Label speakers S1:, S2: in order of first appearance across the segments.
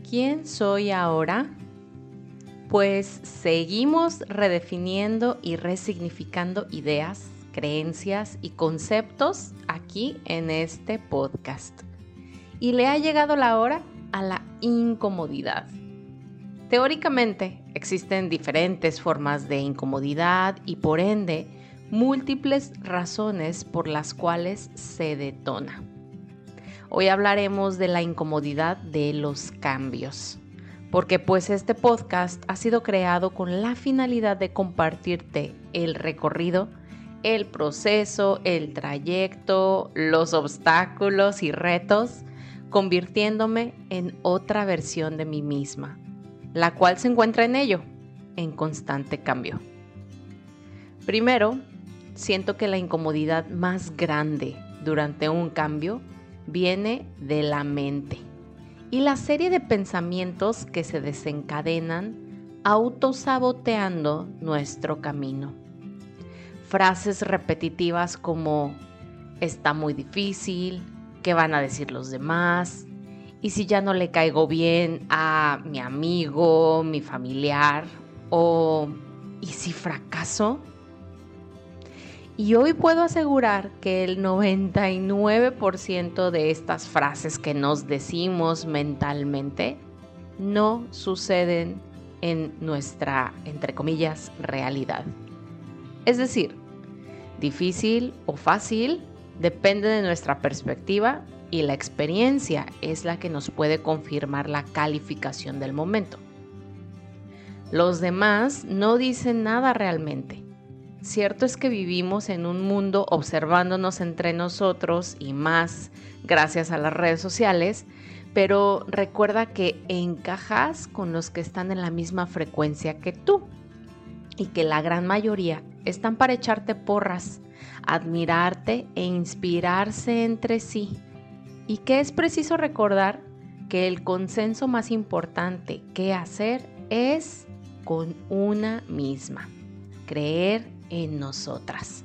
S1: ¿Quién soy ahora? Pues seguimos redefiniendo y resignificando ideas, creencias y conceptos aquí en este podcast. Y le ha llegado la hora a la incomodidad. Teóricamente existen diferentes formas de incomodidad y por ende múltiples razones por las cuales se detona. Hoy hablaremos de la incomodidad de los cambios, porque pues este podcast ha sido creado con la finalidad de compartirte el recorrido, el proceso, el trayecto, los obstáculos y retos, convirtiéndome en otra versión de mí misma, la cual se encuentra en ello, en constante cambio. Primero, siento que la incomodidad más grande durante un cambio viene de la mente y la serie de pensamientos que se desencadenan autosaboteando nuestro camino. Frases repetitivas como está muy difícil, ¿qué van a decir los demás? ¿Y si ya no le caigo bien a mi amigo, mi familiar? ¿O ¿y si fracaso? Y hoy puedo asegurar que el 99% de estas frases que nos decimos mentalmente no suceden en nuestra, entre comillas, realidad. Es decir, difícil o fácil depende de nuestra perspectiva y la experiencia es la que nos puede confirmar la calificación del momento. Los demás no dicen nada realmente. Cierto es que vivimos en un mundo observándonos entre nosotros y más gracias a las redes sociales, pero recuerda que encajas con los que están en la misma frecuencia que tú y que la gran mayoría están para echarte porras, admirarte e inspirarse entre sí. Y que es preciso recordar que el consenso más importante que hacer es con una misma, creer en nosotras.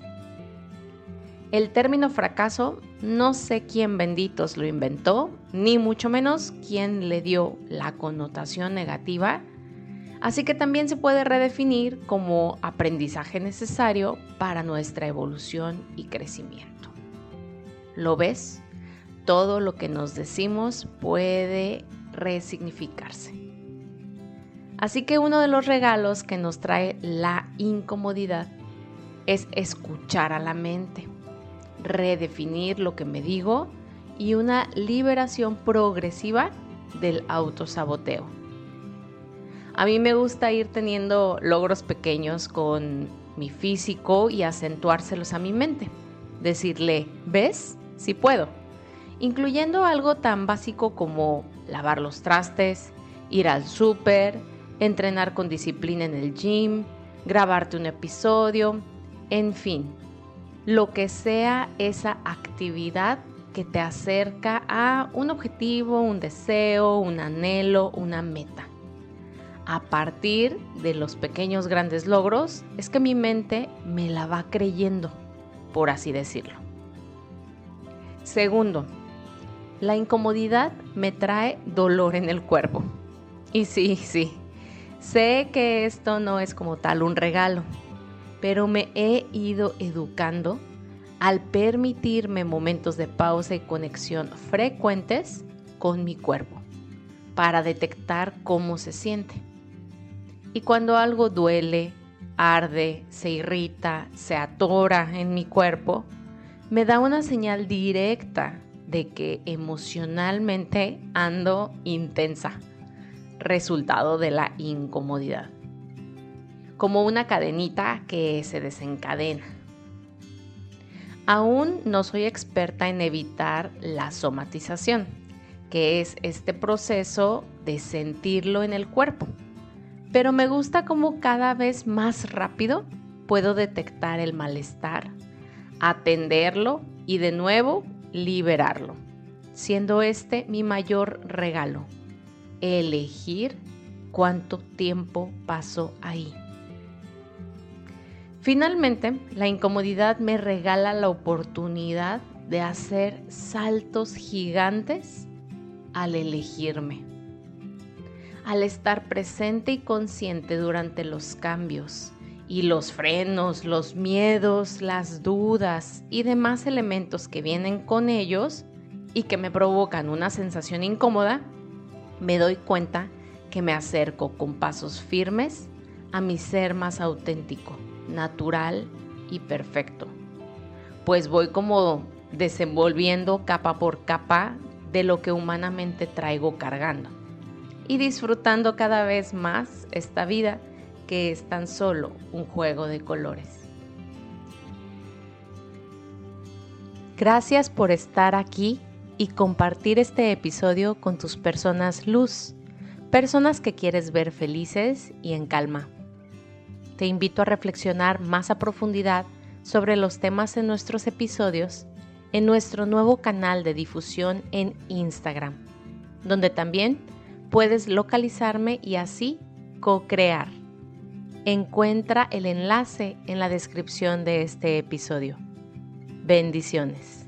S1: El término fracaso, no sé quién benditos lo inventó, ni mucho menos quién le dio la connotación negativa, así que también se puede redefinir como aprendizaje necesario para nuestra evolución y crecimiento. ¿Lo ves? Todo lo que nos decimos puede resignificarse. Así que uno de los regalos que nos trae la incomodidad es escuchar a la mente, redefinir lo que me digo y una liberación progresiva del autosaboteo. A mí me gusta ir teniendo logros pequeños con mi físico y acentuárselos a mi mente. Decirle, ¿ves? Sí puedo. Incluyendo algo tan básico como lavar los trastes, ir al súper, entrenar con disciplina en el gym, grabarte un episodio, en fin, lo que sea esa actividad que te acerca a un objetivo, un deseo, un anhelo, una meta. A partir de los pequeños grandes logros es que mi mente me la va creyendo, por así decirlo. Segundo, la incomodidad me trae dolor en el cuerpo. Y sí, sé que esto no es como tal un regalo, pero me he ido educando al permitirme momentos de pausa y conexión frecuentes con mi cuerpo para detectar cómo se siente. Y cuando algo duele, arde, se irrita, se atora en mi cuerpo, me da una señal directa de que emocionalmente ando intensa, resultado de la incomodidad. Como una cadenita que se desencadena. Aún no soy experta en evitar la somatización, que es este proceso de sentirlo en el cuerpo, pero me gusta cómo cada vez más rápido puedo detectar el malestar, atenderlo y de nuevo liberarlo, siendo este mi mayor regalo, elegir cuánto tiempo paso ahí. Finalmente, la incomodidad me regala la oportunidad de hacer saltos gigantes al elegirme. Al estar presente y consciente durante los cambios y los frenos, los miedos, las dudas y demás elementos que vienen con ellos y que me provocan una sensación incómoda, me doy cuenta que me acerco con pasos firmes a mi ser más auténtico, natural y perfecto. Pues voy como desenvolviendo capa por capa de lo que humanamente traigo cargando y disfrutando cada vez más esta vida que es tan solo un juego de colores. Gracias por estar aquí y compartir este episodio con tus personas luz, personas que quieres ver felices y en calma. Te invito a reflexionar más a profundidad sobre los temas en nuestros episodios en nuestro nuevo canal de difusión en Instagram, donde también puedes localizarme y así co-crear. Encuentra el enlace en la descripción de este episodio. Bendiciones.